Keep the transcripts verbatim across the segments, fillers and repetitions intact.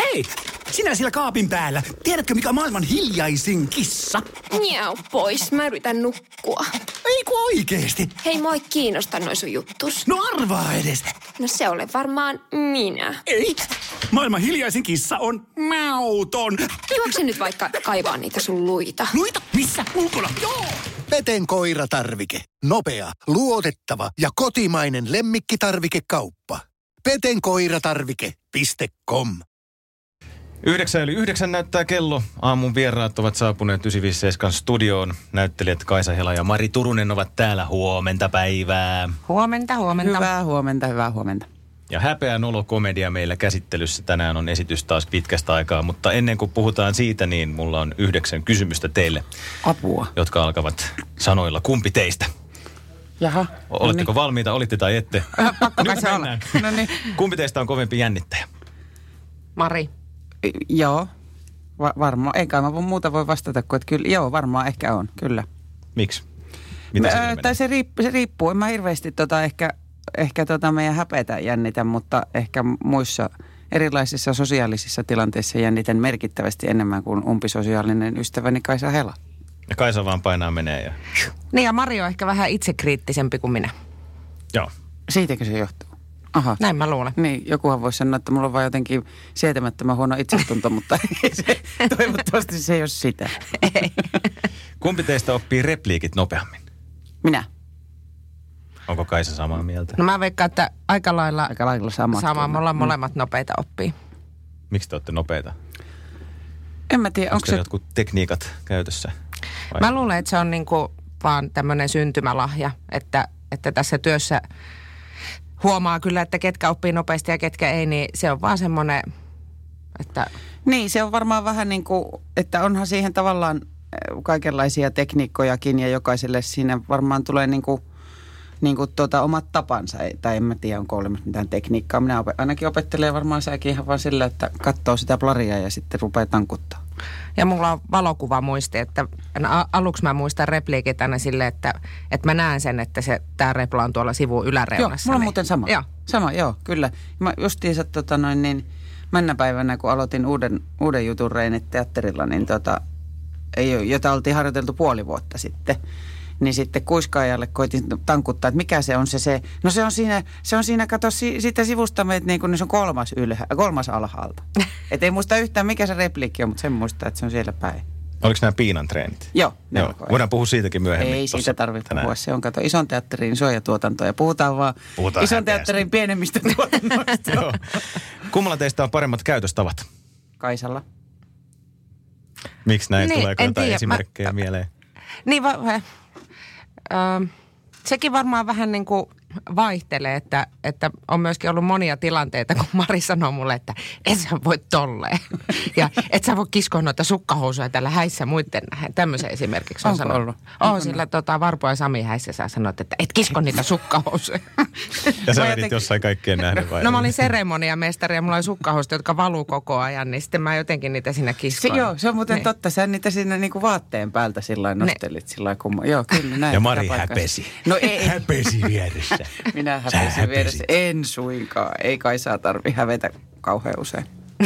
Hei, sinä siellä kaapin päällä. Tiedätkö, mikä on maailman hiljaisin kissa? Miau pois, mä yritän nukkua. Ei kun oikeesti. Hei, moi kiinnosta noi sun juttus. No arvaa edes. No se ole varmaan minä. Ei. Maailman hiljaisin kissa on mauton. Juokse nyt vaikka kaivaa niitä sun luita. Luita? Missä? Ulkona? Joo. Peten koiratarvike. Nopea, luotettava ja kotimainen lemmikkitarvikekauppa. peten koiratarvike piste com. Yhdeksän yli yhdeksän näyttää kello. Aamun vieraat ovat saapuneet yhdeksänsataaviisikymmentäseitsemän studioon. Näyttelijät Kaisa Hela ja Mari Turunen ovat täällä. Huomenta päivää. Huomenta, huomenta. Hyvää huomenta, hyvää huomenta. Ja häpeän olo komedia meillä käsittelyssä. Tänään on esitys taas pitkästä aikaa, mutta ennen kuin puhutaan siitä, niin mulla on yhdeksän kysymystä teille. Apua. Jotka alkavat sanoilla kumpi teistä. Jaha. Oletteko no niin. valmiita? Olitte tai ette? Pakko Nyt kai mennään. No niin. Kumpi teistä on kovempi jännittäjä? Mari. Joo, Va- varmaan. Ei kai mä muuta voi vastata kuin, että kyllä, joo, varmaan ehkä on, kyllä. Miksi? Mitä Mä, tai se, riipp, se riippuu. En mä hirveästi tota ehkä, ehkä tota meidän häpeätä jännitä, mutta ehkä muissa erilaisissa sosiaalisissa tilanteissa jännitän merkittävästi enemmän kuin umpisosiaalinen ystäväni Kaisa Hela. Ja Kaisa vaan painaa menee ja... Niin ja Mari on ehkä vähän itsekriittisempi kuin minä. Joo. Siitäkö se johtuu? Aha. Näin mä luulen. Niin, jokuhan voisi sanoa, että mulla on vaan jotenkin sietämättömän huono itsetunto, mutta ei se, toivottavasti se ei ole sitä. Ei. Kumpi teistä oppii repliikit nopeammin? Minä. Onko Kaisa samaa mieltä? No mä veikkaan, että aika lailla, Aika lailla sama. sama. Me ollaan Mm. molemmat nopeita oppii. Miksi te olette nopeita? En mä tiedä, Onko onko se se... jotkut tekniikat käytössä? Vai? Mä luulen, että se on niinku vaan tämmöinen syntymälahja, että, että tässä työssä huomaa kyllä, että ketkä oppii nopeasti ja ketkä ei, niin se on vaan semmoinen, että... Niin, se on varmaan vähän niin kuin, että onhan siihen tavallaan kaikenlaisia tekniikkojakin ja jokaiselle siinä varmaan tulee niin kuin, niin kuin tuota omat tapansa. Tai en mä tiedä, onko olemassa mitään tekniikkaa. Minä op- ainakin opettelen varmaan säkin ihan vaan sillä, että katsoo sitä plaria ja sitten rupeaa tankuttaa. Ja mulla on valokuva muisti, että aluksi mä muistan repliikit aina silleen, että, että mä näen sen, että se, tää repla on tuolla sivun yläreunassa. Joo, mulla on niin. muuten sama. Joo. Sama, joo, kyllä. Mä justiinsa tota noin niin, männäpäivänä, kun aloitin uuden, uuden jutun Reinit teatterilla, niin tota, ei, jota oltiin harjoiteltu puoli vuotta sitten, niin sitten kuiskaajalle koitin tankuttaa, että mikä se on se se. No se on siinä, se on siinä, kato si, siitä sivusta meitä niin kuin niin se on kolmas, ylhä, kolmas alhaalta. Että ei muista yhtään mikä se repliikki on, mutta sen muistaa, että se on siellä päin. Oliko nämä piinan treenit? Joo. Joo. Voidaan puhua siitäkin myöhemmin. Ei tossa siitä tarvitse tänään. puhua. Se on, kato, ison teatterin suojatuotanto ja puhutaan vaan Puhutaan ison häpeästä. teatterin pienemmistä tuotannoista. Joo. Kummalla teistä on paremmat käytöstavat? Kaisalla. Miksi näin? Niin, Tuleeko en jotain tiedä. esimerkkejä Mä- mieleen? Niin, va- va- ö, sekin varmaan vähän niin kuin vaihtelee, että, että on myöskin ollut monia tilanteita, kun Mari sanoo mulle, että et sä voi tolleen. Ja et sä voi kiskoa noita sukkahousuja tällä häissä muiden nähden. Tämmöisen esimerkiksi on Onko sanonut. ollut? Oo, sillä tota, Varpo ja Sami häissä sä sanoit, että et kisko niitä sukkahousuja. Ja sä Mä vedit jotenkin- jossain kaikkeen nähnyt vai? No mä olin seremoniamestari ja mulla oli sukkahousut, jotka valuu koko ajan, niin sitten mä jotenkin niitä sinne Se, kiskoin. joo, se on muuten Niin. totta. Sä niitä siinä niinku vaatteen päältä sillä nostelit sillä kumma. Joo, kyllä näin. Ja Mari sitä paikkaa. häpesi. No ei, Häpesi vieressä. minä Sä häpesin häpesit. vieressä. En suinkaan. Ei kai saa tarvi hävetä kauhean usein.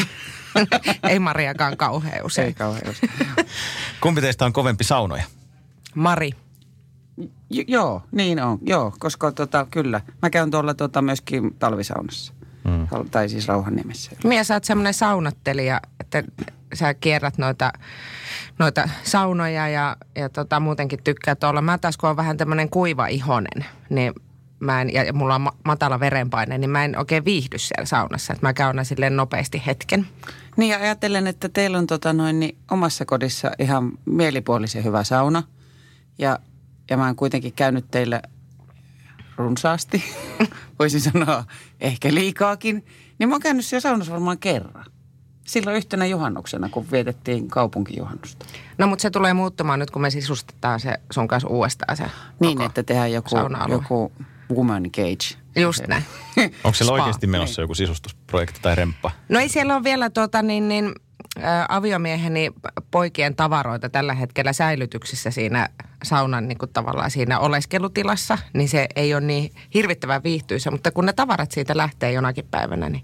Ei Mariakaan kauhean usein. Ei kauhean usein. Kumpi teistä on kovempi saunoja? Mari. J- joo, niin on. Joo, koska tota, kyllä. Mä käyn tuolla tota, myöskin talvisaunassa. Mm. Tai siis Rauhanniemessä. Mie sä oot semmoinen saunottelija, että sä kierrät noita, noita saunoja ja, ja tota, muutenkin tykkää olla. Mä taas kun on vähän tämmöinen kuiva ihonen, niin mä en, ja mulla on ma- matala verenpaine, niin mä en oikein viihdy siellä saunassa. Että mä käyn aina silleen nopeasti hetken. Niin ja ajattelen, että teillä on tota, noin, niin omassa kodissa ihan mielipuolisen hyvä sauna. Ja, ja mä oon kuitenkin käynyt teillä runsaasti, voisin sanoa ehkä liikaakin. Niin mä oon käynyt siellä saunassa varmaan kerran. Silloin yhtenä juhannuksena, kun vietettiin kaupunkijuhannusta. No mutta se tulee muuttumaan nyt, kun me sisustetaan se sun kanssa uudestaan se Niin, koko että tehdään joku, sauna-alue. joku woman cage. Just näin. Onko siellä Spa. oikeasti menossa joku sisustusprojekti tai remppa? No ei siellä ole vielä tuota niin, niin ä, aviomieheni poikien tavaroita tällä hetkellä säilytyksissä siinä saunan niin kuin tavallaan siinä oleskelutilassa, niin se ei ole niin hirvittävän viihtyisä, mutta kun ne tavarat siitä lähtee jonakin päivänä, niin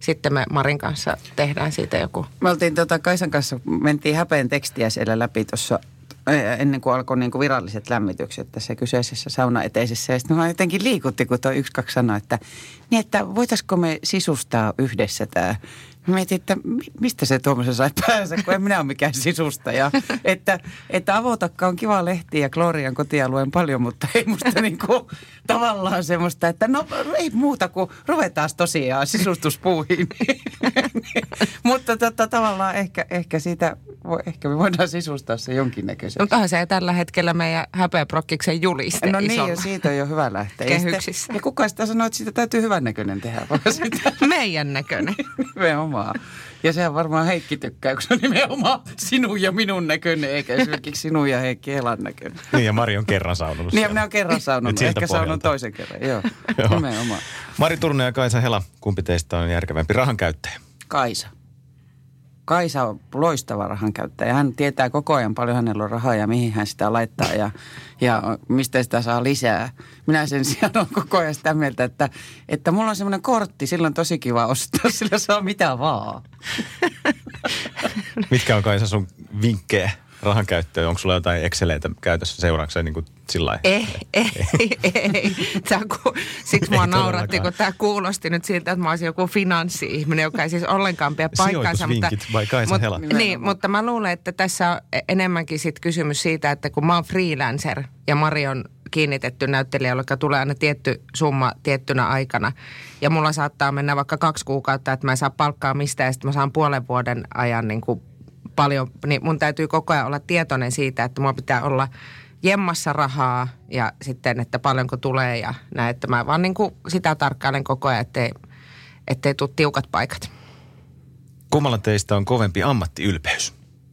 sitten me Marin kanssa tehdään siitä joku. Me oltiin tota Kaisan kanssa, mentiin häpeen tekstiä siellä läpi tuossa ennen kuin alkoi niin kuin viralliset lämmitykset tässä kyseisessä saunaeteisessä. Ja sitten mä jotenkin liikutti, kun tuo yksi, kaksi sanoi, että niin, että voitaisiko me sisustaa yhdessä tämä. Mä mietin, että mistä se tuommoisen sai päänsä, kun en minä ole mikään sisustaja. että, että Avotakka on kiva lehti ja Glorian kotialueen paljon, mutta ei musta niinku tavallaan semmoista, että no ei muuta kuin ruvetaan tosiaan sisustuspuuhiin. mutta tota, tavallaan ehkä, ehkä siitä, ehkä me voidaan sisustaa se jonkinnäköisesti. Mutta onhan se tällä hetkellä meidän häpeäprokkiksen juliste no niin, isolla ja siitä on jo hyvä lähteä. kehyksissä. Ja kuka sitä sanoo, että siitä täytyy hyvän näköinen tehdä? Sitä... Meidän näköinen. Nimenomaan. Ja sehän varmaan Heikki tykkää, kun se on nimenomaan sinun ja minun näköinen, eikä esimerkiksi sinun ja Heikki Helan näköinen. Niin, ja Mari on kerran saunonut. Niin, ja minä olen kerran saunonut. Ehkä saunon toisen kerran, joo. joo. Nimenomaan. Mari Turunen ja Kaisa Hela, kumpi teistä on järkevämpi rahan käyttäjä? Kaisa. Kaisa on loistava rahan käyttäjä. Hän tietää koko ajan paljon hänellä on rahaa ja mihin hän sitä laittaa ja, ja mistä sitä saa lisää. Minä sen sijaan olen koko ajan sitä mieltä, että, että mulla on semmoinen kortti, silloin tosi kiva ostaa, sillä saa mitä vaan. Mitkä on Kaisa sun vinkkejä rahan käyttöön? Onko sulla jotain Exceleitä käytössä seuraavaksi niin kuin sillä lailla? Ei, ei, ei. Ku, siksi mua nauratti, kun tämä kuulosti nyt siltä, että mä olisin joku finanssi-ihminen, joka ei siis ollenkaan pidä paikkaansa. Sijoitusvinkit by Kaisa Hela. Niin, mutta mä luulen, että tässä on enemmänkin sit kysymys siitä, että kun mä oon freelancer ja Mari on kiinnitetty näyttelijä, joka tulee aina tietty summa tiettynä aikana. Ja mulla saattaa mennä vaikka kaksi kuukautta, että mä en saa palkkaa mistään ja sitten mä saan puolen vuoden ajan niin kuin paljon, niin mun täytyy koko ajan olla tietoinen siitä, että mulla pitää olla jemmassa rahaa ja sitten, että paljonko tulee ja näin, että mä vaan niin kuin sitä tarkkailen koko ajan, ettei, ettei tule tiukat paikat. Kummalla teistä on kovempi ammattiylpeys?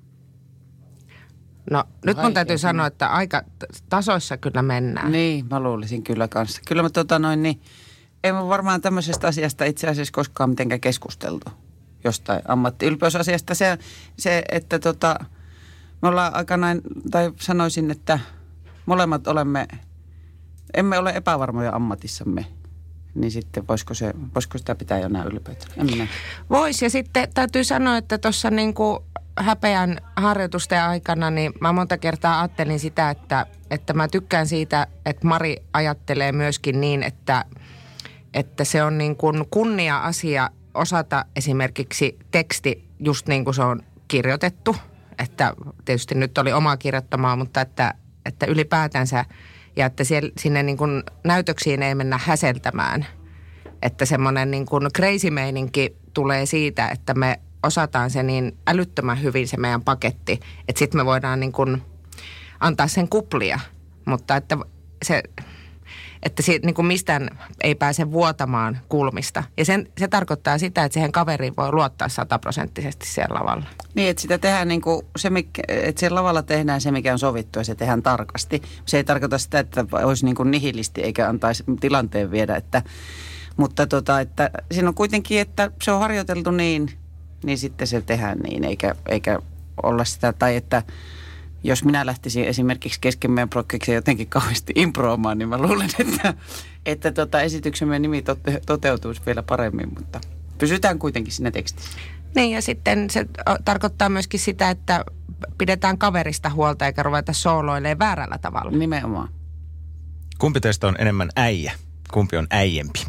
No nyt mun täytyy sanoa, että aika tasoissa kyllä mennään. Niin, mä luulisin kyllä kanssa. Kyllä mä tota noin niin, ei mä varmaan tämmöisestä asiasta itse asiassa koskaan mitenkään keskusteltu. Jostain ammattiylpeysasiasta. Se, se että tota, me ollaan aikanaan, tai sanoisin, että molemmat olemme, emme ole epävarmoja ammatissamme. Niin sitten voisiko, se, voisiko sitä pitää jonain ylpeyttä? Vois, ja sitten täytyy sanoa, että tuossa niinku häpeän harjoitusten aikana, niin mä monta kertaa ajattelin sitä, että, että mä tykkään siitä, että Mari ajattelee myöskin niin, että, että se on niin kuin kunnia-asia osata esimerkiksi teksti just niin kuin se on kirjoitettu. Että tietysti nyt oli omaa kirjoittamaa, mutta että, että ylipäätänsä ja että siellä, sinne niin kuin näytöksiin ei mennä häseltämään. Että semmoinen niin kuin crazy meininki tulee siitä, että me osataan se niin älyttömän hyvin se meidän paketti, että sitten me voidaan niin kuin antaa sen kuplia, mutta että se, että siitä niin kuin mistään ei pääse vuotamaan kulmista. Ja sen, se tarkoittaa sitä, että siihen kaveriin voi luottaa sataprosenttisesti siellä lavalla. Niin, että sitä tehdään niin kuin se, mikä, että siellä lavalla tehdään se, mikä on sovittu ja se tehdään tarkasti. Se ei tarkoita sitä, että olisi niin kuin nihilisti eikä antaisi tilanteen viedä, että, mutta tota, että siinä on kuitenkin, että se on harjoiteltu niin, niin sitten se tehdään niin, eikä, eikä olla sitä, tai että jos minä lähtisin esimerkiksi kesken meidän prokkiksen jotenkin kauheasti improomaan, niin mä luulen, että, että tota esityksemme nimi tote, toteutuisi vielä paremmin, mutta pysytään kuitenkin siinä tekstissä. Niin, ja sitten se tarkoittaa myöskin sitä, että pidetään kaverista huolta eikä ruveta sooloilemaan väärällä tavalla. Nimenomaan. Kumpi teistä on enemmän äijä? Kumpi on äijempi?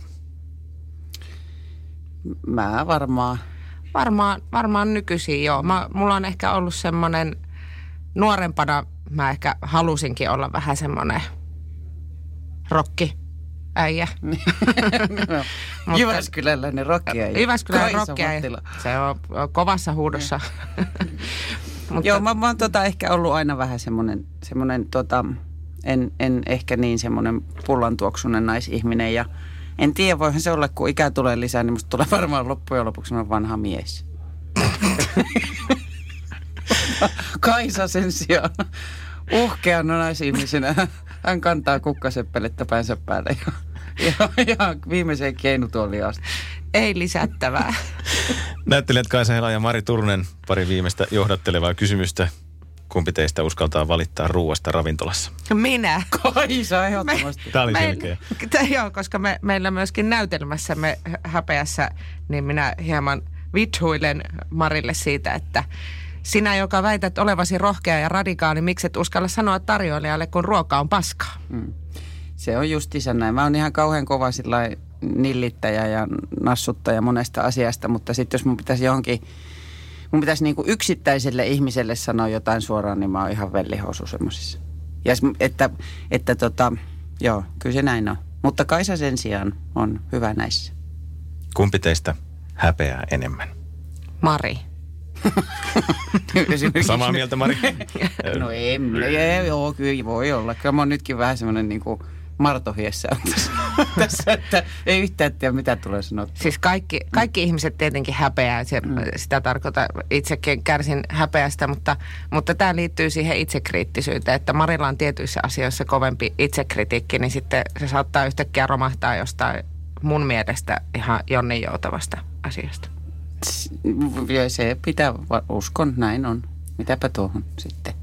Mä varmaan. Varmaan, varmaan nykyisin, joo. Mä, mulla on ehkä ollut semmoinen, nuorempana mä ehkä halusinkin olla vähän semmoinen rokkiäijä. Jyväskyläläinen rokkiäijä. Jyväskyläläinen rokkiäijä. Se on kovassa huudossa. Mutta, joo, mä, mä oon tota ehkä ollut aina vähän semmoinen, semmoinen tota, en, en ehkä niin semmoinen pullantuoksunen naisihminen ja en tiedä, voihan se olla, kun ikä tulee lisää, niin musta tulee varmaan loppujen lopuksi vanha mies. Kaisa sen sijaan uhkeana naisihmisenä. Hän kantaa kukkaseppelettä päänsä päälle ja, ja, ja viimeiseen keinutuoliin asti. Ei lisättävää. Näyttelijät Kaisa Hela ja Mari Turunen, pari viimeistä johdattelevaa kysymystä. Kumpi teistä uskaltaa valittaa ruuasta ravintolassa? Minä. Kaisa, ehdottomasti. Tämä oli Meil- selkeä. T- joo, koska me, meillä myöskin näytelmässämme häpeässä, niin minä hieman vithuilen Marille siitä, että sinä, joka väität olevasi rohkea ja radikaali, miksi et uskalla sanoa tarjoilijalle, kun ruoka on paskaa? Mm. Se on justiinsa näin. Mä oon ihan kauhean kova sillai nillittäjä ja nassuttaja monesta asiasta, mutta sitten jos mun pitäisi johonkin, mun pitäisi niinku yksittäiselle ihmiselle sanoa jotain suoraan, niin mä oon ihan vellihousu semmosissa. Ja että, että tota, joo, kyllä se näin on. Mutta Kaisa sen sijaan on hyvä näissä. Kumpi teistä häpeää enemmän? Mari. Samaa mieltä, Mari? No ei, ei, joo, kyllä voi olla. Kyllä mä oon nytkin vähän semmoinen niinku martohiessä tässä, tässä, että ei yhtään tiedä, mitä tulee sanottua. Siis kaikki, kaikki ihmiset tietenkin häpeää, se, mm. sitä tarkoittaa, itsekin kärsin häpeästä, mutta, mutta tämä liittyy siihen itsekriittisyyteen, että Marilla on tietyissä asioissa kovempi itsekritiikki, niin sitten se saattaa yhtäkkiä romahtaa jostain mun mielestä ihan jonninjoutavasta asiasta. Se pitää, uskon, näin on. Mitäpä tuohon sitten.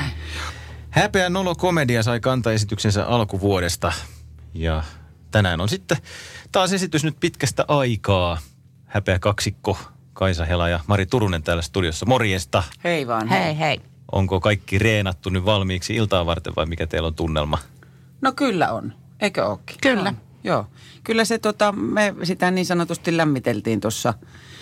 Häpeä nolo komedia sai kantaesityksensä alkuvuodesta ja tänään on sitten taas esitys nyt pitkästä aikaa. Häpeä kaksikko, Kaisa Hela ja Mari Turunen täällä studiossa. Morjesta. Hei vaan. Hei hei. hei. Onko kaikki reenattu nyt valmiiksi iltaa varten vai mikä teillä on tunnelma? No kyllä on. Eikö ookin? Kyllä. On. Joo. Kyllä se tota, me sitä niin sanotusti lämmiteltiin tuossa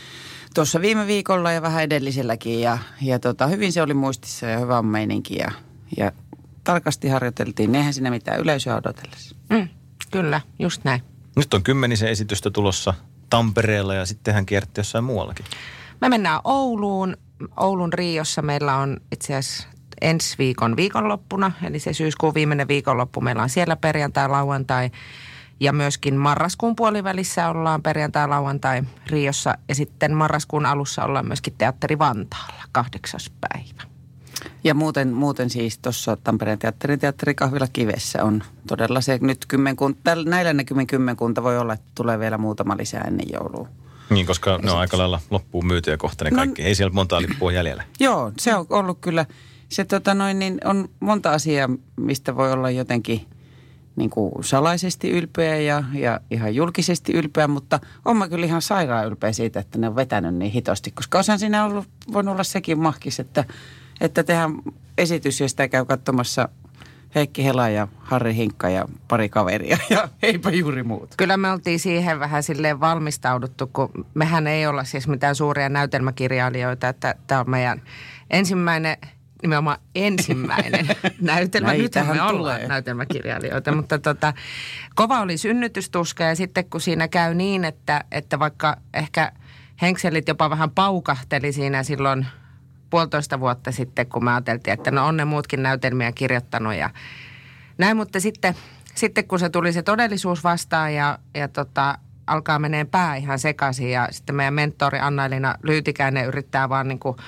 tuossa viime viikolla ja vähän edelliselläkin ja, ja tota, hyvin se oli muistissa ja hyvä on meininki ja, ja tarkasti harjoiteltiin. Eihän siinä mitään yleisöä odotellessa. Mm, kyllä, just näin. Nyt on kymmenisen esitystä tulossa Tampereella ja sitten hän kierti jossain muuallakin. Me mennään Ouluun. Oulun Riossa meillä on itse asiassa ensi viikon viikonloppuna, eli se syyskuun viimeinen viikonloppu. Meillä on siellä perjantai, lauantai ja myöskin marraskuun puolivälissä ollaan perjantai, lauantai Riossa. Ja sitten marraskuun alussa ollaan myöskin Teatteri Vantaalla, kahdeksas päivä. Ja muuten, muuten siis tuossa Tampereen teatterin teatterikahvila Kivessä on todella se nyt kymmenkunta, näillä näkymin kymmenkunta voi olla, että tulee vielä muutama lisää ennen joulua. Niin, koska ne on aika lailla loppuun myytyjä kohta ne kaikki. No, ei siellä montaa lippua jäljellä. Joo, se on ollut kyllä. Se tota noin, niin on monta asiaa, mistä voi olla jotenkin niin kuin salaisesti ylpeä ja, ja ihan julkisesti ylpeä, mutta on mä kyllä ihan sairaan ylpeä siitä, että ne on vetänyt niin hitosti, koska osan siinä ollut, voinut olla sekin mahkis, että, että tehdään esitys, josta käy katsomassa Heikki Hela ja Harri Hinkka ja pari kaveria ja eipä juuri muuta. Kyllä me oltiin siihen vähän silleen valmistauduttu, kun mehän ei olla siis mitään suuria näytelmäkirjailijoita, että tämä on meidän ensimmäinen, nimenomaan ensimmäinen näytelmä. Nythän me ollaan tulee. näytelmäkirjailijoita, mutta tota, kova oli synnytystuska ja sitten kun siinä käy niin, että, että vaikka ehkä henkselit jopa vähän paukahteli siinä silloin puolitoista vuotta sitten, kun me ajateltiin, että no on ne muutkin näytelmiä kirjoittanut ja näin, mutta sitten, sitten kun se tuli se todellisuus vastaan ja, ja tota, alkaa menee pää ihan sekaisin ja sitten meidän mentori Anna-Elina Lyytikäinen yrittää vaan niin kuin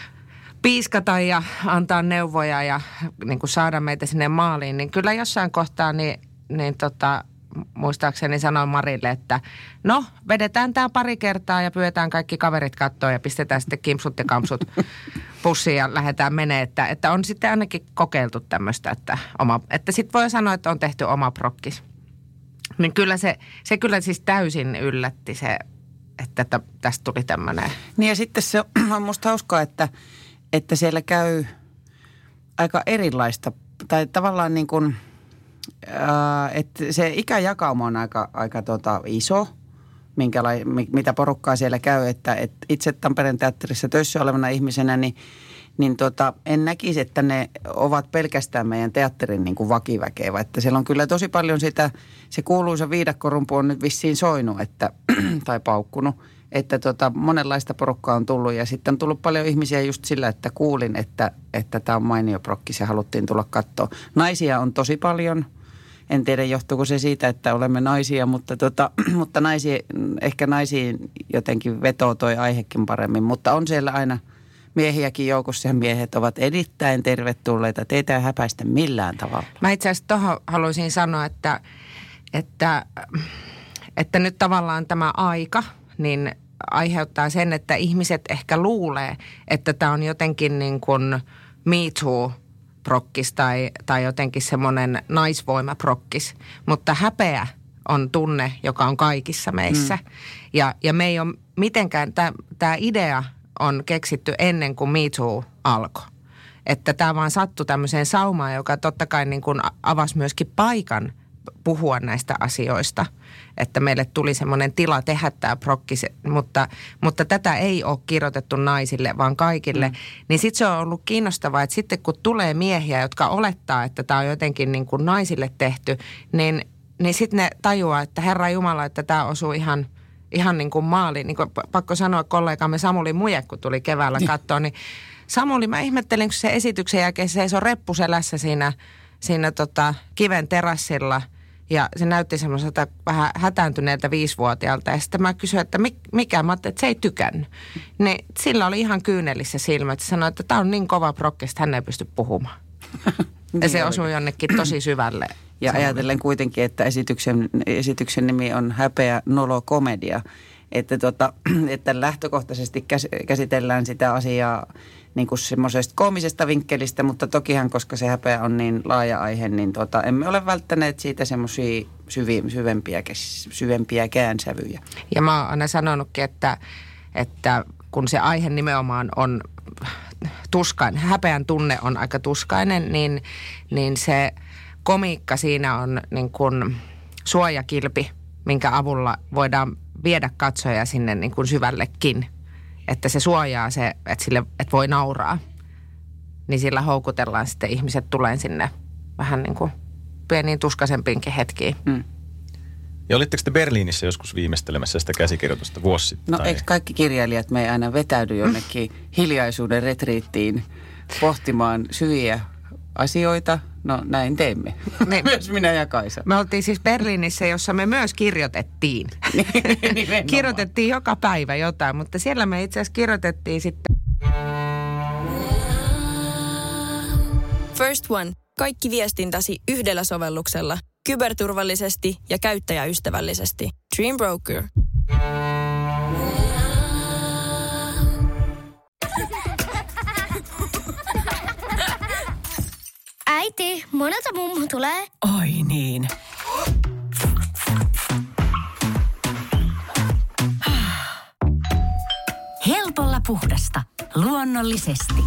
piiskata ja antaa neuvoja ja niin kuin saada meitä sinne maaliin, niin kyllä jossain kohtaa niin, niin tota, muistaakseni sanoin Marille, että no vedetään tämä pari kertaa ja pyydetään kaikki kaverit kattoon ja pistetään sitten kimpsut ja kampsut pussiin ja lähdetään menee, että, että on sitten ainakin kokeiltu tämmöistä, että, oma, että sitten voi sanoa, että on tehty oma prokkis. Niin kyllä se, se kyllä siis täysin yllätti se, että, että tästä tuli tämmöinen. Niin ja sitten se on musta hauskaa, että, että siellä käy aika erilaista tai tavallaan niin kuin että se ikäjakauma on aika, aika tota iso, minkälai, mitä porukkaa siellä käy. Että, että itse Tampereen teatterissa töissä olevana ihmisenä, niin, niin tota, en näkisi, että ne ovat pelkästään meidän teatterin niin kuin vakiväkeä. Että siellä on kyllä tosi paljon sitä, se kuuluisa viidakkorumpu on nyt vissiin soinut että, tai paukkunut. Että tota, monenlaista porukkaa on tullut ja sitten on tullut paljon ihmisiä just sillä, että kuulin, että että tämä on mainio prokkis ja haluttiin tulla katsoa. Naisia on tosi paljon. En tiedä, johtuuko se siitä, että olemme naisia, mutta, tota, mutta naisia, ehkä naisiin jotenkin vetoo toi aihekin paremmin. Mutta on siellä aina miehiäkin joukossa ja miehet ovat erittäin tervetulleita. Teitä ei häpäistä millään tavalla. Mä itse asiassa tuohon haluaisin sanoa, että, että, että nyt tavallaan tämä aika niin aiheuttaa sen, että ihmiset ehkä luulee, että tämä on jotenkin niin kuin Me Too-prokkis tai, tai jotenkin semmoinen naisvoimaprokkis. Mutta häpeä on tunne, joka on kaikissa meissä. Mm. Ja, ja me ei ole mitenkään, tämä idea on keksitty ennen kuin Me Too alkoi. Että tämä vaan sattui tämmöiseen saumaan, joka totta kai niin kuin avasi myöskin paikan puhua näistä asioista. Että meille tuli semmoinen tila tehdä tämä prokkis, mutta, mutta tätä ei ole kirjoitettu naisille, vaan kaikille. Mm. Niin sitten se on ollut kiinnostavaa, että sitten kun tulee miehiä, jotka olettaa, että tämä on jotenkin niin kuin naisille tehty, niin, niin sitten ne tajuaa, että Herra Jumala, että tämä osuu ihan... Ihan niin kuin maaliin. Niin kuin pakko sanoa kollegamme Samuli Muje, kun tuli keväällä katsoa, niin Samuli, mä ihmettelin, kun se esityksen jälkeen seisoi reppuselässä siinä, siinä tota kiven terassilla ja se näytti semmoiselta vähän hätääntyneeltä viisivuotiaalta. Ja sitten mä kysyin, että mikä? Mä ajattelin, että se ei tykännyt. Niin sillä oli ihan kyynelissä silmät. Se sanoi, että tämä on niin kova prokki, että hän ei pysty puhumaan. Ja se osui jonnekin tosi syvälle. Ja ajatellen kuitenkin, että esityksen, esityksen nimi on Häpeä, nolo, komedia. Että, tota, että lähtökohtaisesti käsitellään sitä asiaa niin kuin semmoisesta koomisesta vinkkelistä, mutta tokihan, koska se häpeä on niin laaja aihe, niin tota, emme ole välttäneet siitä semmoisia syvi, syvempiä, syvempiäkään sävyjä. Ja mä oon aina sanonutkin, että, että kun se aihe nimenomaan on tuskainen, häpeän tunne on aika tuskainen, niin, niin se komiikka siinä on niin kuin suojakilpi, minkä avulla voidaan viedä katsoja sinne niin kuin syvällekin. Että se suojaa se, että, sille, että voi nauraa. Niin sillä houkutellaan sitten ihmiset tulee sinne vähän niin kuin pieniin tuskaisempiinkin hetkiin. Mm. Ja olitteko te Berliinissä joskus viimeistelemässä sitä käsikirjoitusta vuosi sitten? No eikö kaikki kirjailijat me ei aina vetäydy jonnekin hiljaisuuden retriittiin pohtimaan syviä asioita? No näin teemme. Me, myös minä ja Kaisa. Me oltiin siis Berliinissä, jossa me myös kirjoitettiin. Kirjoitettiin joka päivä jotain, mutta siellä me itse asiassa kirjoitettiin sitten. First One. Kaikki viestintäsi yhdellä sovelluksella. Kyberturvallisesti ja käyttäjäystävällisesti. Dream Broker. Äiti, monelta mummu tulee? Oi niin. Helpolla puhdasta. Luonnollisesti.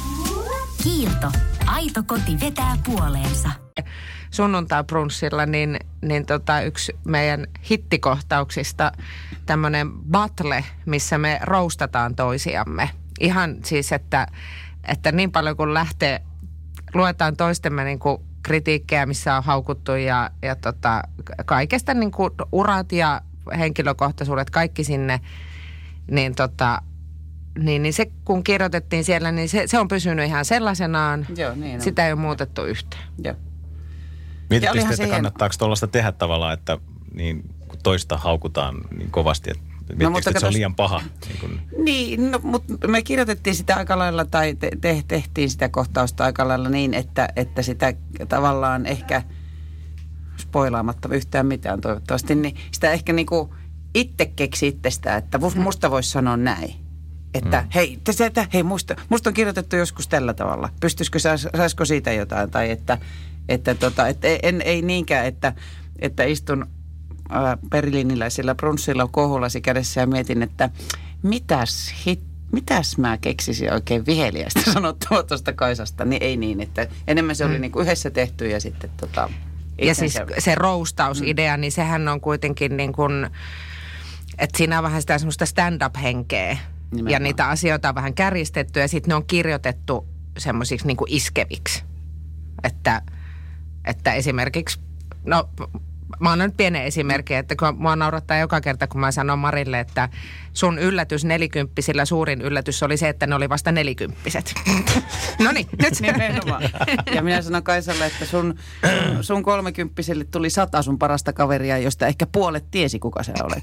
Kiilto. Aito koti vetää puoleensa. Sunnuntai-brunssilla niin, niin tota yksi meidän hittikohtauksista tämmöinen battle, missä me roustataan toisiamme. Ihan siis, että, että niin paljon kun lähtee, luetaan toistemme niin kuin kritiikkejä, missä on haukuttu ja, ja tota, kaikesta niin kuin urat ja henkilökohtaisuudet, kaikki sinne, niin tota... Niin, niin se, kun kirjoitettiin siellä, niin se, se on pysynyt ihan sellaisenaan. Joo, niin on. Sitä ei ole muutettu yhtään. Joo. Mietittekö te, että kannattaako tuollaista tehdä tavallaan, että niin, kun toista haukutaan niin kovasti, että miettikö, no, että katos, se on liian paha? Niin, kun... niin no, mutta me kirjoitettiin sitä aika lailla, tai te, te, tehtiin sitä kohtausta aika lailla niin, että, että sitä tavallaan ehkä, spoilaamatta yhtään mitään toivottavasti, niin sitä ehkä niinku itse keksi itsestä, että musta voisi sanoa näin. Että mm. hei, te, te, hei musta, musta on kirjoitettu joskus tällä tavalla. Pystyisikö, saisiko siitä jotain? Tai että, että, tota, että en, ei niinkään, että, että istun äh, berliiniläisellä brunssilla kohulasi kädessä ja mietin, että mitäs, hit, mitäs mä keksisin oikein viheliäistä sanottavaa tuosta Kaisasta. Niin ei niin, että enemmän se oli mm. niin kuin yhdessä tehty ja sitten tota... Ja siis se roustausidea, mm. niin sehän on kuitenkin niin kuin, että siinä on vähän sitä semmoista stand-up-henkeä. Nimenomaan. Ja niitä asioita on vähän kärjistetty ja sitten ne on kirjoitettu semmoisiksi niin kuin iskeviksi. Että, että esimerkiksi, no mä annan nyt pienen esimerkin, että kun mua naurattaa joka kerta, kun mä sanon Marille, että sun yllätys nelikymppisillä suurin yllätys oli se, että ne oli vasta nelikymppiset. No niin, nyt. Nimenomaan. Ja minä sanon Kaisalle, että sun, sun, sun kolmekymppisille tuli sata sun parasta kaveria, josta ehkä puolet tiesi, kuka sä olet.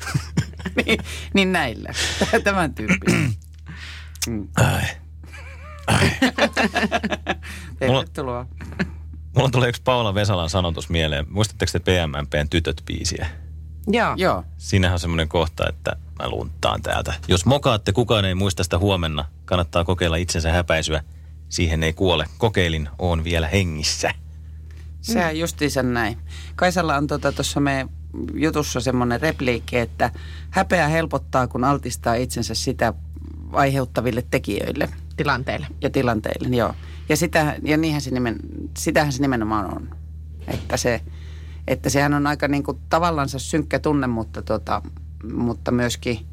niin, niin näillä. Tämän tyyppinen. Mm. Ai. Ai. Tervetuloa. Mulla tulee yksi Paula Vesalan sanotus mieleen. Muistatteko te P M M P:n Tytöt-biisiä? Joo. Joo. Siinähän on semmoinen kohta, että mä lunttaan täältä. Jos mokaatte, kukaan ei muista sitä huomenna. Kannattaa kokeilla itsensä häpäisyä. siihen ei kuole. Kokeilin, oon vielä hengissä. Sehän justiinsa näin. Kaisalla on tuossa tota, meidän jutussa semmoinen repliikki, että häpeä helpottaa, kun altistaa itsensä sitä aiheuttaville tekijöille. Tilanteille. Ja tilanteille, joo. Ja, sitä, ja niinhän se nimen, sitähän se nimenomaan on. Että, se, että sehän on aika niin kuin tavallansa synkkä tunne, mutta, tota, mutta myöskin,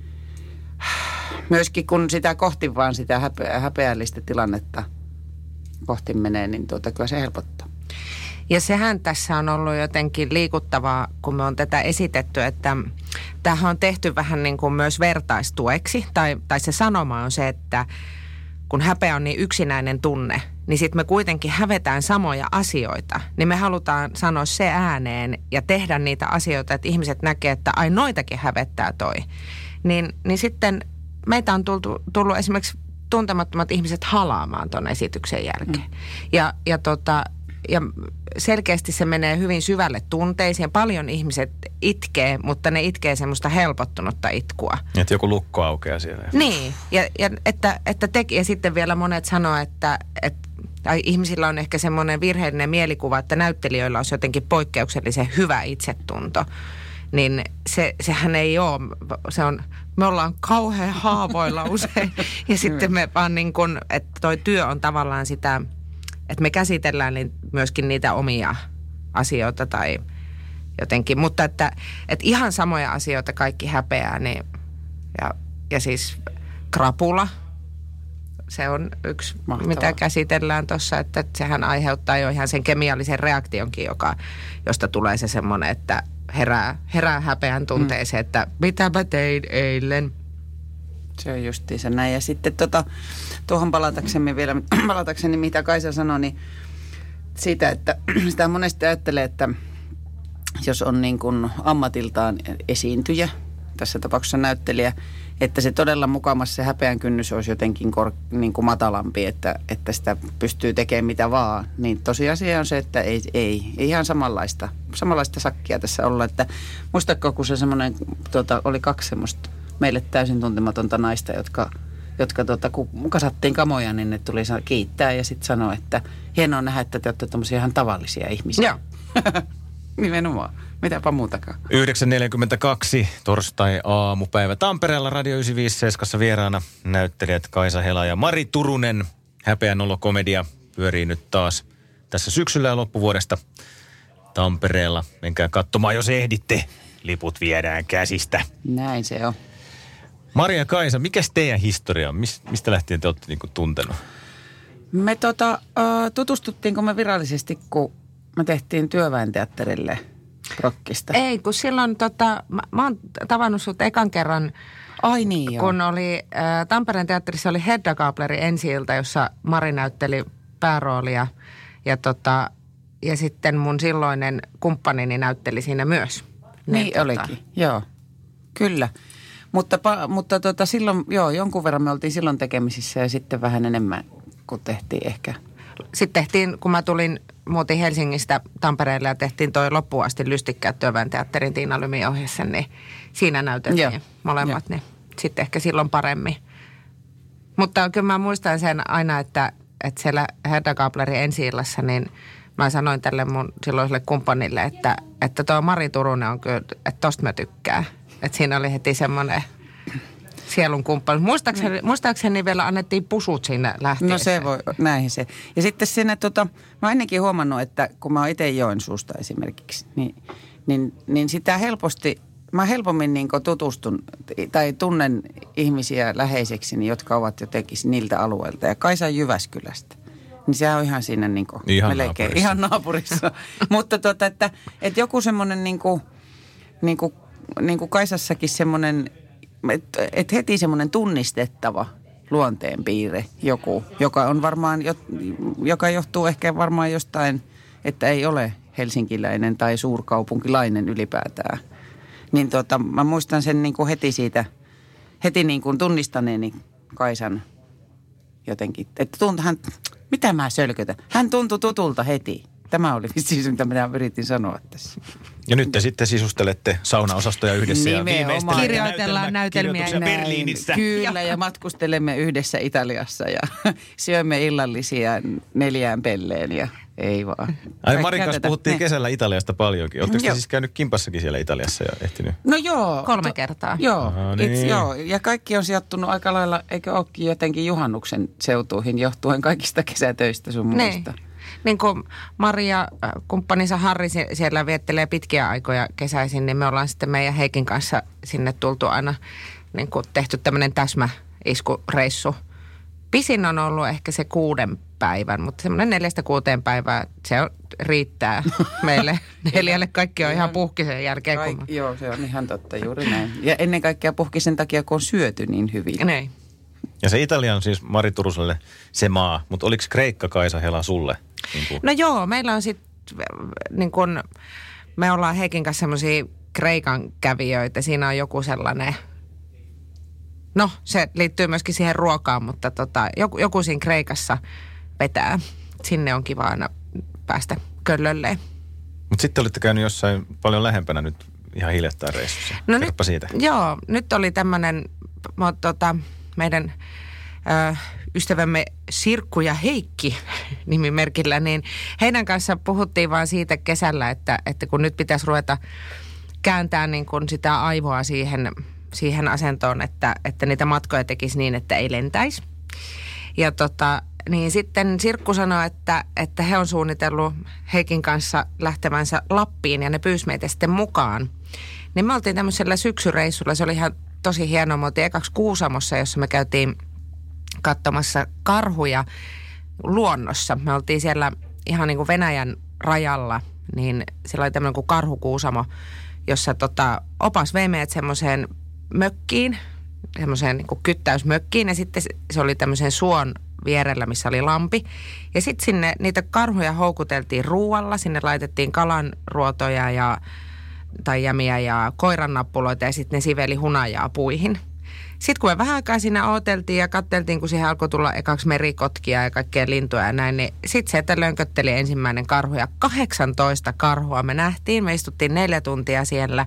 myöskin kun sitä kohti vaan sitä häpeä, häpeällistä tilannetta kohti menee, niin tuota, kyllä se helpottaa. Ja sehän tässä on ollut jotenkin liikuttavaa, kun me on tätä esitetty, että tämähän on tehty vähän niin kuin myös vertaistueksi. Tai, tai se sanoma on se, että kun häpeä on niin yksinäinen tunne, niin sitten me kuitenkin hävetään samoja asioita. Niin me halutaan sanoa se ääneen ja tehdä niitä asioita, että ihmiset näkee, että ai noitakin hävettää toi. Niin, niin sitten meitä on tultu, tullut esimerkiksi tuntemattomat ihmiset halaamaan ton esityksen jälkeen. Mm. Ja, ja tota... Ja selkeästi se menee hyvin syvälle tunteisiin. Paljon ihmiset itkee, mutta ne itkee semmoista helpottunutta itkua. Että joku lukko aukeaa siellä. Niin, ja, ja, että, että teki, ja sitten vielä monet sanoo, että, että tai ihmisillä on ehkä semmoinen virheellinen mielikuva, että näyttelijöillä olisi jotenkin poikkeuksellisen hyvä itsetunto. Niin se, sehän ei ole, se on, me ollaan kauhean haavoilla usein. Ja sitten me vaan niin kuin, että toi työ on tavallaan sitä... Että me käsitellään niin myöskin niitä omia asioita tai jotenkin. Mutta että, että ihan samoja asioita kaikki häpeää. Niin, ja, ja siis krapula, se on yksi, mahtavaa, mitä käsitellään tuossa. Että, että sehän aiheuttaa jo ihan sen kemiallisen reaktionkin, joka, josta tulee se semmoinen, että herää, herää häpeän tunteeseen, mm. että mitä mä tein eilen. Se on justiinsa näin. Ja sitten tota, tuohon palatakseni vielä, palatakseni mitä Kaisa sanoi, niin siitä, että sitä monesti ajattelee, että jos on niin kuin ammatiltaan esiintyjä, tässä tapauksessa näyttelijä, että se todella mukamassa se häpeän kynnys olisi jotenkin kor, niin kuin matalampi, että, että sitä pystyy tekemään mitä vaan. Niin tosiasia on se, että ei, ei, ei ihan samanlaista, samanlaista sakkia tässä olla. Että muistatko, kun se semmoinen, tuota, oli kaksi semmoista meille täysin tuntematonta naista, jotka, jotka tuota, kun kasattiin kamoja, niin ne tuli kiittää ja sitten sanoi, että hienoa nähdä, että te olette tommosia ihan tavallisia ihmisiä. Joo. Nimenomaan. Mitäpä muutakaan. yhdeksän neljäkymmentäkaksi torstai-aamupäivä Tampereella Radio yhdeksänsataaviisikymmentäseitsemän vieraana näyttelijät Kaisa Hela ja Mari Turunen. Häpeän olo komedia pyörii nyt taas tässä syksyllä ja loppuvuodesta Tampereella. Menkää katsomaan, jos ehditte. Liput viedään käsistä. Näin se on. Mari ja Kaisa, mikäs teidän historia on? Mistä lähtien te olette niinku tuntenut? Me tota, tutustuttiinko me virallisesti, kun me tehtiin Työväenteatterille rockista? Ei, kun silloin tota, mä, mä oon tavannut sut ekan kerran, Ai niin, joo. kun oli äh, Tampereen teatterissa oli Hedda Gablerin ensi-ilta, jossa Mari näytteli pääroolia ja, tota, ja sitten mun silloinen kumppanini näytteli siinä myös. Niin, niin tota... olikin, joo, kyllä. Mutta, mutta tota, silloin, joo, jonkun verran me oltiin silloin tekemisissä ja sitten vähän enemmän, kun tehtiin ehkä. Sitten tehtiin, kun mä tulin, muutin Helsingistä Tampereelle ja tehtiin toi loppuun asti Lystikkäät Työväenteatterin Tiina Lymi ohjasi sen, niin siinä näyteltiin joo, molemmat, jo. Niin sitten ehkä silloin paremmin. Mutta kyllä mä muistan sen aina, että, että siellä Hedda Gablerin ensi-illassa, niin mä sanoin tälle mun silloiselle kumppanille, että, että tuo Mari Turunen on kyllä, että tosta mä tykkään. Että siinä oli heti semmoinen sielun kumppani. Muistaakseni, muistaakseni vielä annettiin pusut siinä lähtiessä. No se voi, näin se. Ja sitten siinä tota, mä oon ennenkin huomannut, että kun mä oon itse Joensuusta esimerkiksi, niin, niin, niin sitä helposti, mä helpommin niin kuin tutustun tai tunnen ihmisiä läheiseksi, jotka ovat jotenkin niiltä alueilta. Ja Kaisa Jyväskylästä. Niin sehän on ihan siinä niin kuin ihan melkein, naapurissa. ihan naapurissa. Mutta tota, että, että joku semmoinen niin kuin, niin kuin, niin kuin Kaisassakin semmoinen, että et heti semmoinen tunnistettava luonteenpiirre joku, joka on varmaan, joka johtuu ehkä varmaan jostain, että ei ole helsinkiläinen tai suurkaupunkilainen ylipäätään. Niin tota, mä muistan sen niin kuin heti siitä, heti niin kuin tunnistaneeni Kaisan jotenkin, että tuntui hän, mitä mä sölkötän? Hän tuntui tutulta heti. Tämä oli vissiin se, mitä minä yritin sanoa tässä. Ja nyt te sitten sisustelette saunaosastoja yhdessä ja viimeistelette kirjoitellaan näytelmiä kirjoituksia Berliinissä. Kyllä, ja matkustelemme yhdessä Italiassa ja syömme illallisia neljään pelleen ja ei vaan. Ai Marin kanssa puhuttiin ne. kesällä Italiasta paljonkin. Oletteko te siis käynyt kimpassakin siellä Italiassa ja ehtinyt? No joo. Kolme kertaa. Joo, Aha, niin. It's, joo, ja kaikki on sijoittunut aika lailla, eikö olekin jotenkin juhannuksen seutuihin johtuen kaikista kesätöistä sun muista. Niin. Niin kuin Maria, kumppaninsa Harri siellä viettelee pitkiä aikoja kesäisin, niin me ollaan sitten meidän Heikin kanssa sinne tultu aina niin kuin tehty tämmöinen täsmäiskureissu. Pisin on ollut ehkä se kuuden päivän, mutta semmoinen neljästä kuuteen päivää, se on, riittää meille neljälle. Kaikki on ihan puhki sen jälkeen. Kaik, kun... Joo, se on ihan totta, juuri näin. Ja ennen kaikkea puhki sen takia, kun on syöty niin hyvin. Niin. Ja se Italia on siis Mari Turuselle se maa, mutta oliko Kreikka, Kaisa, Hela sulle? Niin kuin... No joo, meillä on sitten, niin kun me ollaan Heikin kanssa semmoisia Kreikan kävijöitä. Siinä on joku sellainen, no se liittyy myöskin siihen ruokaan, mutta tota, joku, joku siinä Kreikassa vetää. Sinne on kiva aina päästä köllölleen. Mutta sitten olitte käynyt jossain paljon lähempänä nyt ihan hiljattain reissussa. No Kerropa nyt, siitä. Joo, nyt oli tämmöinen tota, meidän ö, ystävämme Sirkku ja Heikki nimimerkillä, niin heidän kanssa puhuttiin vaan siitä kesällä, että, että kun nyt pitäisi ruveta kääntää niin kuin sitä aivoa siihen, siihen asentoon, että, että niitä matkoja tekisi niin, että ei lentäisi. Ja tota, niin sitten Sirkku sanoi, että, että he on suunnitellut Heikin kanssa lähtevänsä Lappiin ja ne pyysi meitä sitten mukaan. Niin me oltiin tämmöisellä syksyreissulla, se oli ihan tosi hienoa. Me oltiin ekaksi Kuusamossa, jossa me käytiin katsomassa karhuja luonnossa. Me oltiin siellä ihan niin kuin Venäjän rajalla, niin siellä oli tämmöinen kuin Karhukuusamo, jossa tota, opas vei meidät semmoiseen mökkiin, semmoiseen niin kuin kyttäysmökkiin, ja sitten se oli tämmöisen suon vierellä, missä oli lampi. Ja sitten sinne niitä karhuja houkuteltiin ruualla, sinne laitettiin kalanruotoja ja tai jämiä ja koirannappuloita ja sitten ne siveli hunajaa puihin. Sitten kun me vähän aikaa siinä ooteltiin ja katteltiin, kun siihen alkoi tulla ekaksi merikotkia ja kaikkea lintuja ja näin, niin sitten se, että lönkötteli ensimmäinen karhu ja kahdeksantoista karhua me nähtiin. Me istuttiin neljä tuntia siellä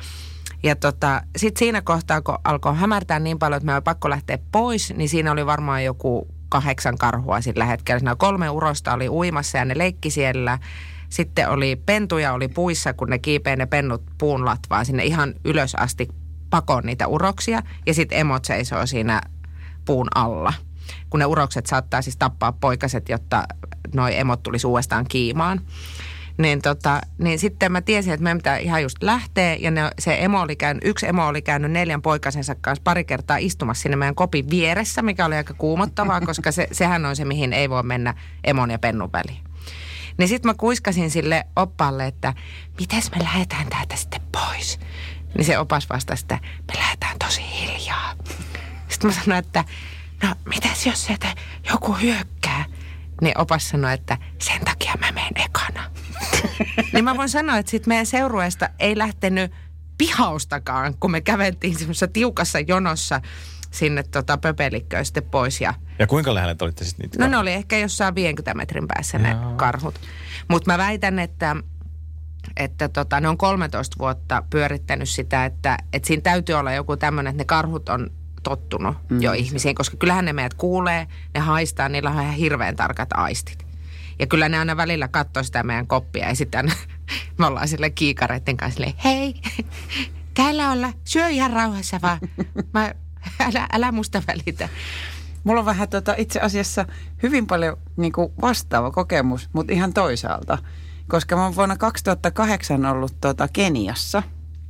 ja tota, sitten siinä kohtaa, kun alkoi hämärtää niin paljon, että me oli pakko lähteä pois, niin siinä oli varmaan joku kahdeksan karhua sillä hetkellä. Siinä kolme urosta oli uimassa ja ne leikki siellä. Sitten oli pentuja oli puissa, kun ne kiipee ne pennut puun latvaan sinne ihan ylös asti pakoon niitä uroksia. Ja sitten emot seisoo siinä puun alla, kun ne urokset saattaa siis tappaa poikaset, jotta noi emot tulisi uudestaan kiimaan. Niin, tota, niin sitten mä tiesin, että me pitää ihan just lähteä ja ne, se emo oli käynyt, yksi emo oli käynyt neljän poikasensa kanssa pari kertaa istumassa sinne meidän kopin vieressä, mikä oli aika kuumottavaa, koska se, sehän on se, mihin ei voi mennä emon ja pennun väliin. Niin sitten mä kuiskasin sille oppaalle, että mites me lähdetään täältä sitten pois. Niin se opas vastasi, että me lähdetään tosi hiljaa. Sitten mä sanoin, että no mitäs jos sieltä joku hyökkää? Niin opas sanoi, että sen takia mä menen ekana. Niin mä voin sanoa, että sitten meidän seurueesta ei lähtenyt pihaustakaan, kun me käveltiin semmoisessa tiukassa jonossa sinne tota pöpelikköön sitten pois. Ja, ja kuinka lähellä te olitte sitten niitä? No ne oli ehkä jossain viidenkymmenen metrin päässä ne Jaa. karhut. Mutta mä väitän, että, että tota, ne on kolmetoista vuotta pyörittänyt sitä, että, että siinä täytyy olla joku tämmöinen, että ne karhut on tottunut mm. jo ihmisiin, koska kyllähän ne meidät kuulee, ne haistaa, niillä on ihan hirveän tarkat aistit. Ja kyllä ne aina välillä katsoo sitä meidän koppia ja sitten me ollaan sille kiikareiden kanssa silleen, hei, täällä olla, syö ihan rauhassa vaan, mä, älä, älä musta välitä. Mulla on vähän tota, itse asiassa hyvin paljon niin kuin vastaava kokemus, mutta ihan toisaalta. Koska mä oon vuonna kaksituhattakahdeksan ollut tota, Keniassa,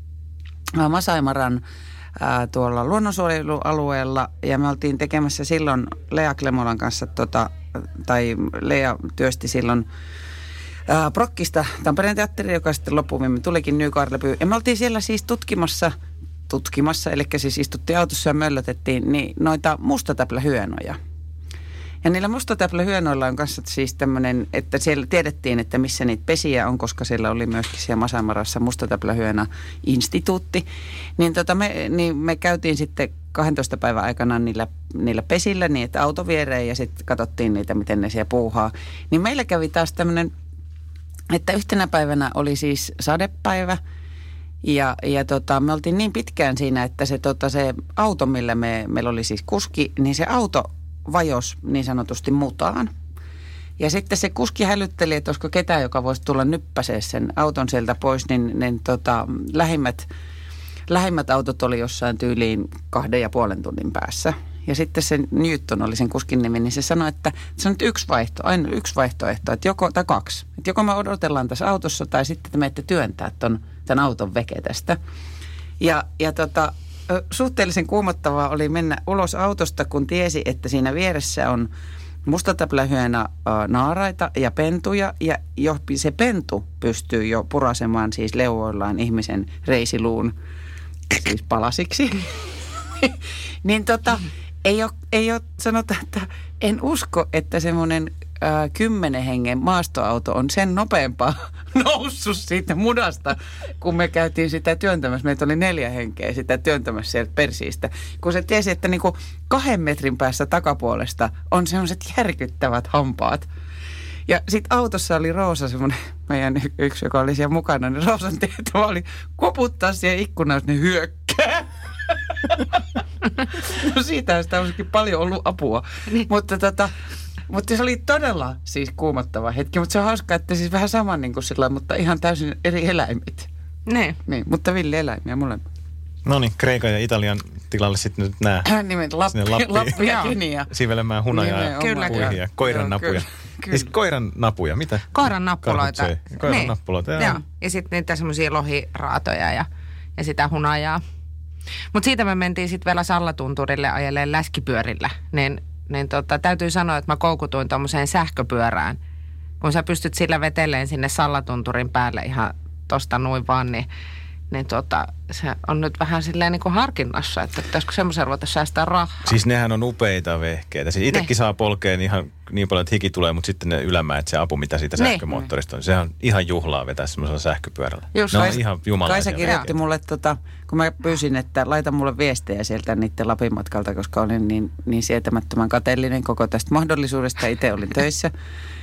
Masai Maran ää, tuolla luonnonsuojelualueella. Ja me oltiin tekemässä silloin Lea Klemolan kanssa, tota, tai Lea työsti silloin ää, Prokkista Tampereen teatteri, joka sitten loppuun tulikin Nykaarlepyy. Ja me oltiin siellä siis tutkimassa tutkimassa, eli siis istuttiin autossa ja möllötettiin niin noita mustatäplähyönoja. Ja niillä mustatäplähyönoilla on kanssa siis tämmöinen, että siellä tiedettiin, että missä niitä pesiä on, koska siellä oli myöskin siellä Masai Marassa mustatäplähyönä-instituutti. Niin, tota me, niin me käytiin sitten kahdentoista päivän aikana niillä, niillä pesillä niin, että auto viereen ja sitten katsottiin niitä, miten ne siellä puuhaa. Niin meillä kävi taas tämmöinen että yhtenä päivänä oli siis sadepäivä ja, ja tota, me oltiin niin pitkään siinä, että se, tota, se auto, millä me, meillä oli siis kuski, niin se auto vajosi niin sanotusti mutaan. Ja sitten se kuski hälytteli, että olisiko ketään, joka voisi tulla nyppäsee sen auton sieltä pois, niin, niin tota, lähimmät, lähimmät autot oli jossain tyyliin kahden ja puolen tunnin päässä. Ja sitten se Newton oli sen kuskin nimi, niin se sanoi, että se on nyt yksi vaihto, aina yksi vaihtoehto, että joko, tai kaksi. Että joko me odotellaan tässä autossa tai sitten te menette työntää ton, tämän auton veke tästä. Ja, ja tota, suhteellisen kuumottavaa oli mennä ulos autosta, kun tiesi, että siinä vieressä on mustatäplähyönä naaraita ja pentuja, ja jo se pentu pystyy jo purasemaan siis leuoillaan ihmisen reisiluun siis palasiksi. Niin tota, ei ole, ei ole sanota, että en usko, että semmoinen äh, kymmenen hengen maastoauto on sen nopeampaa noussut siitä mudasta, kun me käytiin sitä työntämässä. Meitä oli neljä henkeä sitä työntämässä sieltä Persiistä. Kun se tiesi, että niinku kahden metrin päässä takapuolesta on semmoiset järkyttävät hampaat. Ja sitten autossa oli Roosa, semmoinen meidän yksi, joka oli siellä mukana, niin Roosan tehtävä oli koputtaa siihen ikkunaan, jos ne hyökkää. No siitähän sitä olisikin paljon ollut apua. Niin. Mutta, tota, mutta se oli todella siis kuumottava hetki. Mutta se on hauska, että siis vähän sama niin kuin sillä, mutta ihan täysin eri eläimet. Ne. Niin, mutta villieläimiä molemmat. No niin, Kreikan ja Italian tilalle sitten nyt nää. Nimen Lappi, Lappi ja Kenia. Sivelemään hunajaa ja puihia. Koiran Joo, napuja. Kyllä. Siis koiran napuja, mitä? Koiran nappuloita. Koiran niin. nappuloita, joo. joo. Ja sitten niitä semmoisia lohiraatoja ja, ja sitä hunajaa. Mutta siitä me mentiin sitten vielä Sallatunturille ajeleen läskipyörillä. Niin, niin tota, täytyy sanoa, että mä koukutuin tuommoiseen sähköpyörään. Kun sä pystyt sillä veteleen sinne Sallatunturin päälle ihan tosta noin vaan, niin, niin tota, se on nyt vähän silleen niin kuin harkinnassa, että pitäisikö semmoisen ruveta säästää rahaa. Siis nehän on upeita vehkeitä. Siis itsekin saa polkea niin, ihan niin paljon, että hiki tulee, mutta sitten ne ylämäet, se apu, mitä siitä sähkömoottorista on, sehän on ihan juhlaa vetää semmoisella sähköpyörällä. Just, ne on Kaisa, ihan jumalaisia. Kaisa kirjoitti mulle, tota, kun mä pyysin, että laita mulle viestejä sieltä niiden Lapin matkalta, koska olin niin, niin sietämättömän kateellinen koko tästä mahdollisuudesta. Itse olin töissä.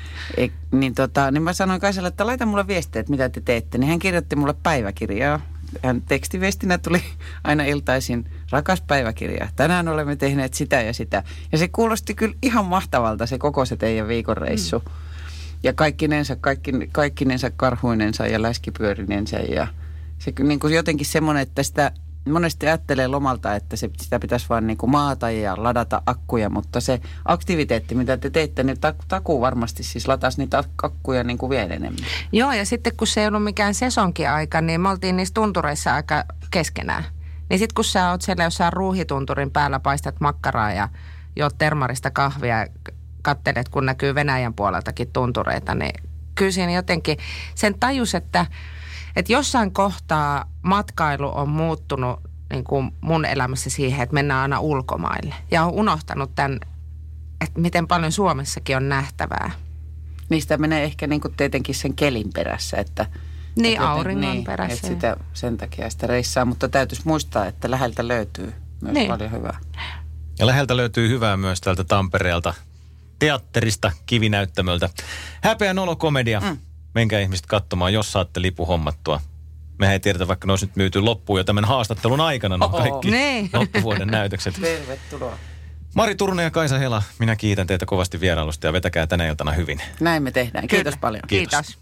E, niin, tota, niin mä sanoin Kaisalle, että laita mulle viestejä, että mitä te teette. Niin hän kirjoitti mulle päiväkirjaa. Hän tekstiviestinä tuli aina iltaisin, rakas päiväkirja. Tänään olemme tehneet sitä ja sitä. Ja se kuulosti kyllä ihan mahtavalta se koko se teidän viikonreissu. Mm. Ja kaikkinensa, kaikki, kaikkinensa karhuinensa ja läskipyörinensä. Ja se niin kuin jotenkin semmoinen, että sitä monesti ajattelee lomalta, että se, sitä pitäisi vaan niin kuin maata ja ladata akkuja. Mutta se aktiviteetti, mitä te teette, niin takuu varmasti siis lataisi niitä akkuja niin kuin vielä enemmän. Joo, ja sitten kun se ei ollut mikään sesonkiaika, niin me oltiin niissä tuntureissa aika keskenään. Niin sitten kun sä oot siellä jossain ruuhitunturin päällä, paistat makkaraa ja juot termarista kahvia ja kattelet, kun näkyy Venäjän puoleltakin tuntureita, niin kyllä siinä jotenkin sen tajus, että, että jossain kohtaa matkailu on muuttunut niin kuin mun elämässä siihen, että mennään aina ulkomaille. Ja on unohtanut tämän, että miten paljon Suomessakin on nähtävää. Niistä menee ehkä niin kuin tietenkin sen kelin perässä, että niin, että auringon niin, perässä. Että sitä, sen takia sitä reissaa, mutta täytyisi muistaa, että läheltä löytyy myös niin. paljon hyvää. Ja läheltä löytyy hyvää myös täältä Tampereelta, teatterista, kivinäyttämöltä. Häpeä nolo komedia. Mm. Menkää ihmiset katsomaan, jos saatte lipun hommattua. Mehän ei tiedetä, vaikka ne olisi nyt myyty loppuun jo tämän haastattelun aikana, no kaikki niin. loppuvuoden näytökset. Tervetuloa. Mari Turunen ja Kaisa Hela, minä kiitän teitä kovasti vierailusta ja vetäkää tänä iltana hyvin. Näin me tehdään. Kiitos Kyllä. paljon. Kiitos. Kiitos.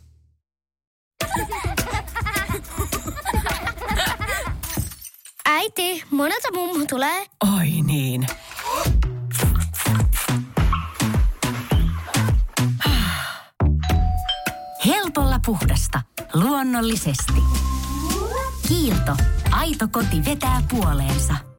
Äiti, monelta mummu tulee? Oi niin. Helpolla puhdasta. Luonnollisesti. Kiilto. Aito koti vetää puoleensa.